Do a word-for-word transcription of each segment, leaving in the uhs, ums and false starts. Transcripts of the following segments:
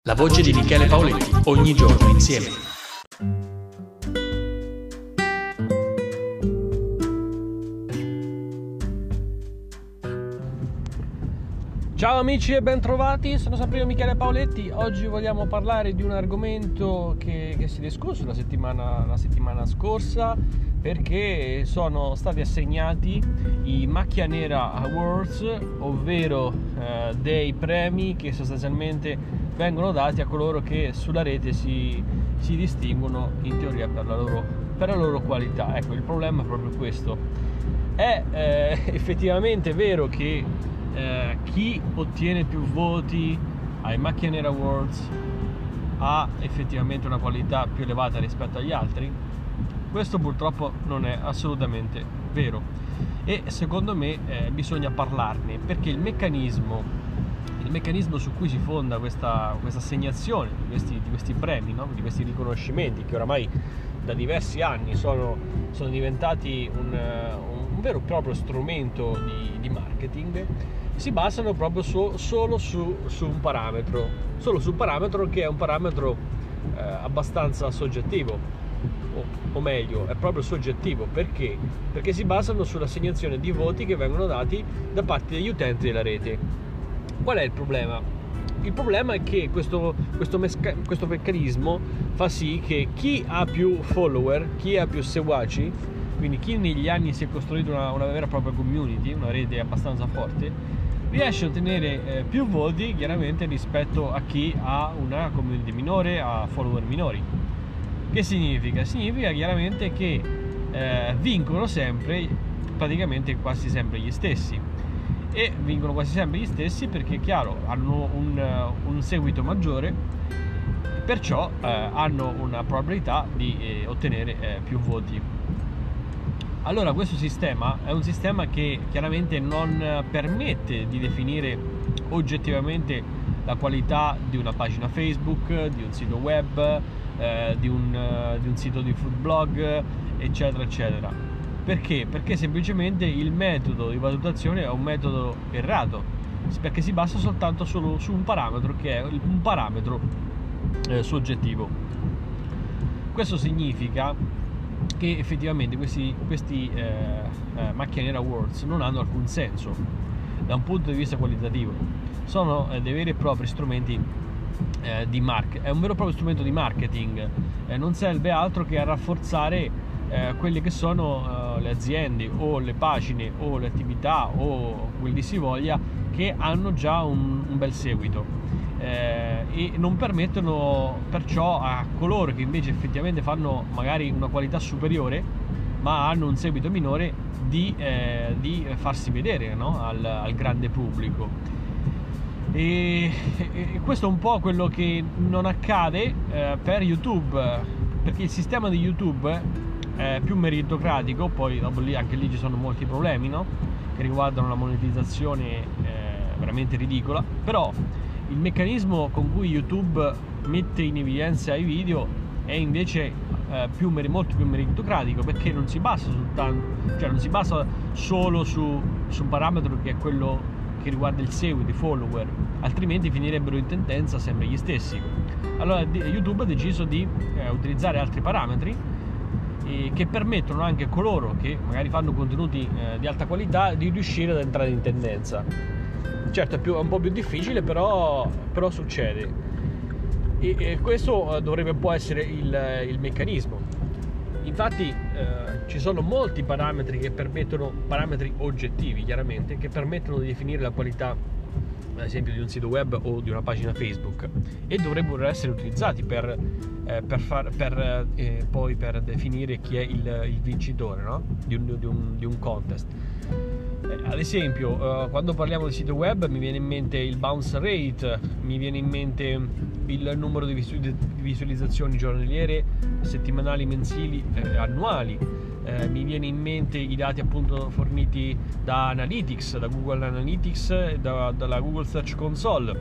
La voce di Michele Paoletti, ogni giorno insieme. Ciao amici e bentrovati, sono sempre io Michele Paoletti. Oggi vogliamo parlare di un argomento che, che si è discusso la settimana, la settimana scorsa, perché sono stati assegnati i Macchia Nera Awards, ovvero eh, dei premi che sostanzialmente vengono dati a coloro che sulla rete si, si distinguono in teoria per la loro, per la loro qualità. Ecco, il problema è proprio questo. È eh, effettivamente vero che Eh, chi ottiene più voti ai Macchia Nera Awards ha effettivamente una qualità più elevata rispetto agli altri? Questo purtroppo non è assolutamente vero e secondo me eh, bisogna parlarne, perché il meccanismo il meccanismo su cui si fonda questa, questa assegnazione di questi, di questi premi, no? Di questi riconoscimenti che oramai da diversi anni sono, sono diventati un, un vero e proprio strumento di, di marketing, si basano proprio su, solo su, su un parametro, solo su un parametro che è un parametro eh, abbastanza soggettivo, o, o meglio, è proprio soggettivo. Perché? Perché si basano sull'assegnazione di voti che vengono dati da parte degli utenti della rete. Qual è il problema? Il problema è che questo, questo, mesca, questo meccanismo fa sì che chi ha più follower, chi ha più seguaci, quindi chi negli anni si è costruito una, una vera e propria community, una rete abbastanza forte, riesce a ottenere eh, più voti chiaramente rispetto a chi ha una community minore, ha follower minori. Che significa? Significa chiaramente che eh, vincono sempre, praticamente quasi sempre gli stessi, e vincono quasi sempre gli stessi perché, chiaro, hanno un, un seguito maggiore, perciò eh, hanno una probabilità di eh, ottenere eh, più voti. Allora questo sistema è un sistema che chiaramente non permette di definire oggettivamente la qualità di una pagina Facebook, di un sito web, eh, di, un, uh, di un sito di food blog, eccetera eccetera. Perché? Perché semplicemente il metodo di valutazione è un metodo errato, perché si basa soltanto solo su un parametro che è un parametro eh, soggettivo. Questo significa che effettivamente questi, questi eh, eh, Macchia Nera Awards non hanno alcun senso da un punto di vista qualitativo. Sono eh, dei veri e propri strumenti eh, di marketing, è un vero e proprio strumento di marketing, eh, non serve altro che a rafforzare eh, quelle che sono eh, le aziende o le pagine o le attività o quel che si voglia che hanno già un, un bel seguito. Eh, e non permettono perciò a coloro che invece effettivamente fanno magari una qualità superiore ma hanno un seguito minore di, eh, di farsi vedere, no? al, al grande pubblico. E, e questo è un po' quello che non accade eh, per YouTube, perché il sistema di YouTube è più meritocratico. Poi dopo lì, anche lì ci sono molti problemi, no? Che riguardano la monetizzazione eh, veramente ridicola, però il meccanismo con cui YouTube mette in evidenza i video è invece eh, più, molto più meritocratico, perché non si basa soltanto, cioè non si basa solo su, su un parametro che è quello che riguarda il seguito, i follower, altrimenti finirebbero in tendenza sempre gli stessi. Allora YouTube ha deciso di eh, utilizzare altri parametri eh, che permettono anche a coloro che magari fanno contenuti eh, di alta qualità di riuscire ad entrare in tendenza. Certo è, più, è un po' più difficile, però, però succede, e, e questo dovrebbe un po' essere il, il meccanismo. Infatti eh, ci sono molti parametri che permettono, parametri oggettivi chiaramente, che permettono di definire la qualità, ad esempio, di un sito web o di una pagina Facebook, e dovrebbero essere utilizzati per, eh, per, far, per eh, poi per definire chi è il, il vincitore, no? di, un, di, un, di un contest. Ad esempio, eh, quando parliamo di sito web mi viene in mente il bounce rate, mi viene in mente il numero di visualizzazioni giornaliere, settimanali, mensili, eh, annuali, eh, mi viene in mente i dati appunto forniti da Analytics, da Google Analytics, da, dalla Google Search Console.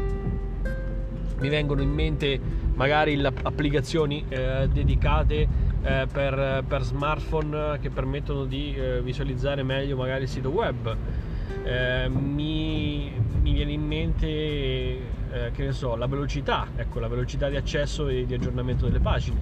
Mi vengono in mente magari le applicazioni eh, dedicate Eh, per, per smartphone che permettono di eh, visualizzare meglio magari il sito web. Eh, mi, mi viene in mente eh, che ne so, la velocità, ecco, la velocità di accesso e di aggiornamento delle pagine.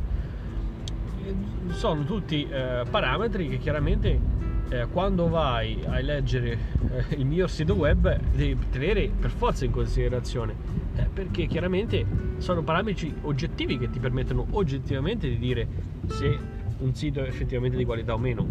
E sono tutti eh, parametri che chiaramente eh, quando vai a leggere eh, il miglior sito web devi tenere per forza in considerazione, eh, perché chiaramente sono parametri oggettivi che ti permettono oggettivamente di dire se un sito è effettivamente di qualità o meno.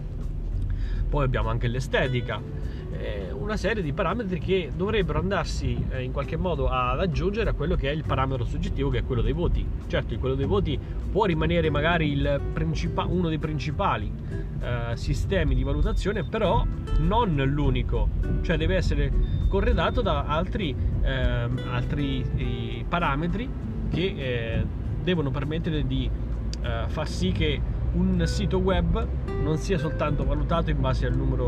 Poi abbiamo anche l'estetica, eh, una serie di parametri che dovrebbero andarsi eh, in qualche modo ad aggiungere a quello che è il parametro soggettivo, che è quello dei voti. Certo, quello dei voti può rimanere magari il principa- uno dei principali eh, sistemi di valutazione, però non l'unico, cioè deve essere corredato da altri, eh, altri eh, parametri che eh, devono permettere di eh, far sì che un sito web non sia soltanto valutato in base al numero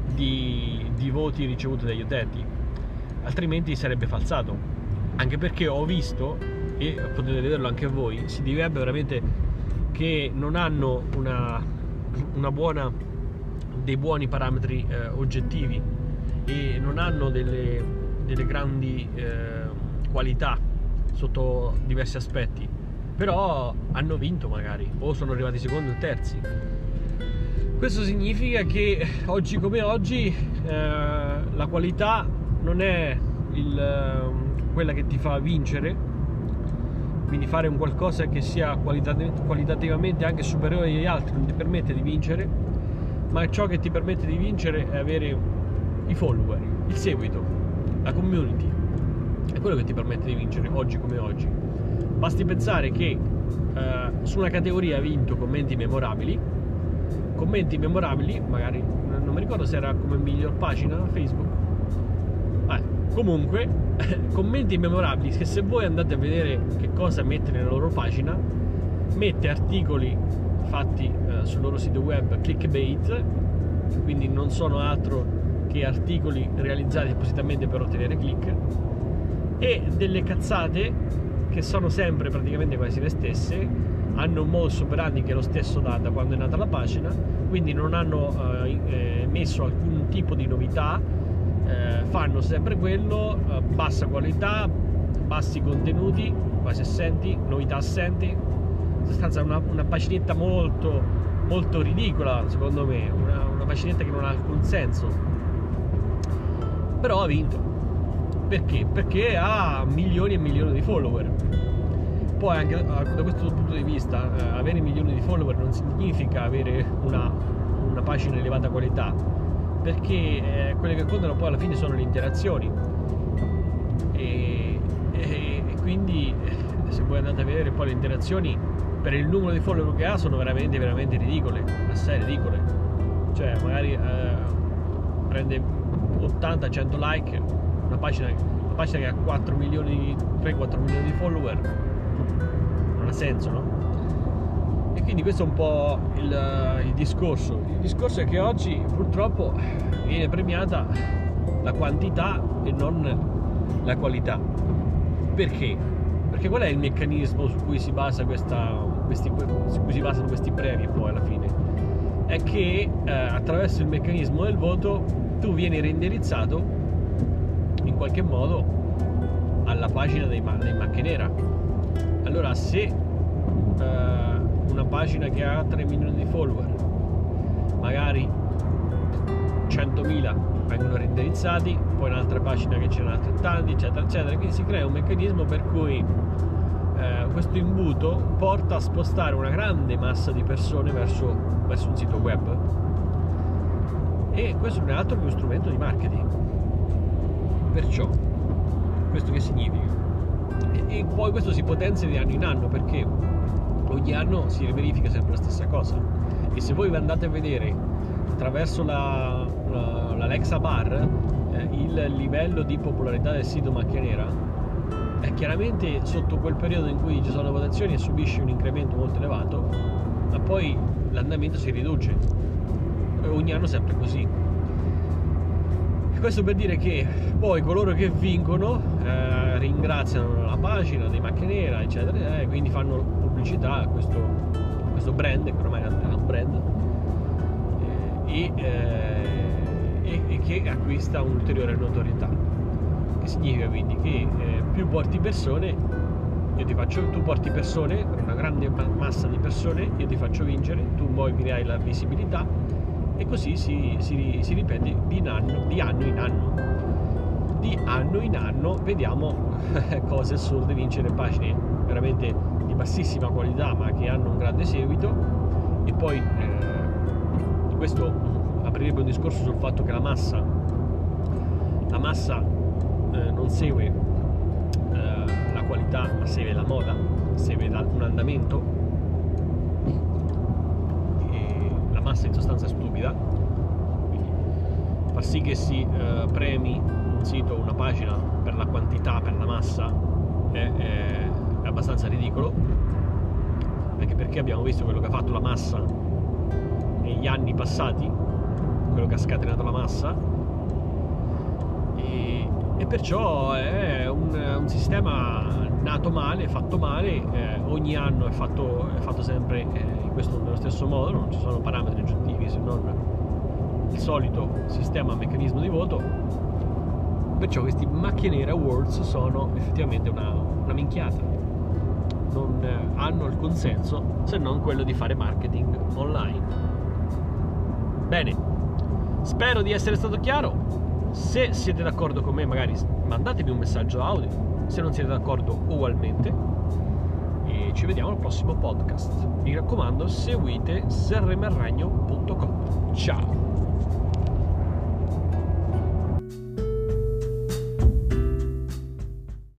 di, di voti ricevuti dagli utenti, altrimenti sarebbe falsato. Anche perché ho visto, e potete vederlo anche voi, siti web veramente che non hanno una, una buona, dei buoni parametri eh, oggettivi e non hanno delle, delle grandi eh, qualità sotto diversi aspetti, però hanno vinto magari, o sono arrivati secondi o terzi. Questo significa che oggi come oggi eh, la qualità non è il, quella che ti fa vincere, quindi fare un qualcosa che sia qualitat- qualitativamente anche superiore agli altri non ti permette di vincere, ma ciò che ti permette di vincere è avere i follower, il seguito, la community, è quello che ti permette di vincere oggi come oggi. Basti pensare che eh, su una categoria ha vinto commenti memorabili, commenti memorabili, magari non mi ricordo se era come miglior pagina Facebook, eh, comunque commenti memorabili che se voi andate a vedere che cosa mette nella loro pagina, mette articoli fatti eh, sul loro sito web clickbait, quindi non sono altro che articoli realizzati appositamente per ottenere click, e delle cazzate che sono sempre praticamente quasi le stesse, hanno un modus operandi che è lo stesso da, da quando è nata la pagina, quindi non hanno eh, messo alcun tipo di novità, eh, fanno sempre quello, eh, bassa qualità, bassi contenuti, quasi assenti, novità assenti, in sostanza una, una paginetta molto, molto ridicola secondo me, una, una paginetta che non ha alcun senso, però ha vinto. Perché? Perché ha milioni e milioni di follower. Poi anche da questo punto di vista eh, avere milioni di follower non significa avere una, una pagina di elevata qualità, perché eh, quelle che contano poi alla fine sono le interazioni e, e, e quindi se voi andate a vedere poi le interazioni per il numero di follower che ha sono veramente veramente ridicole, assai ridicole, cioè magari eh, prende ottanta cento like una pagina, una pagina che ha quattro milioni, tre quattro milioni di follower, non ha senso, no? E quindi questo è un po' il, il discorso. Il discorso è che oggi purtroppo viene premiata la quantità e non la qualità. Perché? Perché qual è il meccanismo su cui si basa questa, questi, su cui si basano questi premi poi alla fine? È che eh, attraverso il meccanismo del voto tu vieni reindirizzato in qualche modo alla pagina dei, dei Macchia Nera. Allora se eh, una pagina che ha tre milioni di follower, magari centomila vengono reindirizzati, poi un'altra pagina che ce n'ha altrettanti, eccetera eccetera, quindi si crea un meccanismo per cui eh, questo imbuto porta a spostare una grande massa di persone verso, verso un sito web, e questo non è altro che uno strumento di marketing. Perciò questo che significa? E, e poi questo si potenzia di anno in anno, perché ogni anno si verifica sempre la stessa cosa, e se voi andate a vedere attraverso la, la, l'Alexa Bar eh, il livello di popolarità del sito Macchia Nera, è chiaramente sotto quel periodo in cui ci sono le votazioni e subisce un incremento molto elevato, ma poi l'andamento si riduce, e ogni anno sempre così. Questo per dire che poi coloro che vincono eh, ringraziano la pagina dei Macchia Nera, eccetera, e quindi fanno pubblicità a questo, questo brand, che ormai è un brand, eh, e, eh, e, e che acquista un'ulteriore notorietà. Che significa quindi che eh, più porti persone, io ti faccio, tu porti persone, una grande massa di persone, io ti faccio vincere, tu poi mi dai la visibilità e così si, si, si ripete di anno, di anno in anno. Di anno in anno vediamo cose assurde, vincere pagine veramente di bassissima qualità ma che hanno un grande seguito. E poi eh, questo aprirebbe un discorso sul fatto che la massa la massa eh, non segue eh, la qualità ma segue la moda, segue un andamento, e la massa in sostanza è stupida, quindi far sì che si eh, premi un sito, una pagina per la quantità, per la massa è, è, è abbastanza ridicolo, anche perché abbiamo visto quello che ha fatto la massa negli anni passati, quello che ha scatenato la massa, e, e perciò è un, un sistema nato male, fatto male, eh, ogni anno è fatto, è fatto sempre eh, in questo nello stesso modo, non ci sono parametri aggiuntivi se non il solito sistema meccanismo di voto. Perciò questi macchie nere awards sono effettivamente una, una minchiata, non eh, hanno il consenso se non quello di fare marketing online. Bene, spero di essere stato chiaro. Se siete d'accordo con me, magari mandatemi un messaggio audio, se non siete d'accordo ugualmente, e ci vediamo al prossimo podcast. Mi raccomando, seguite serremerragno punto com. Ciao!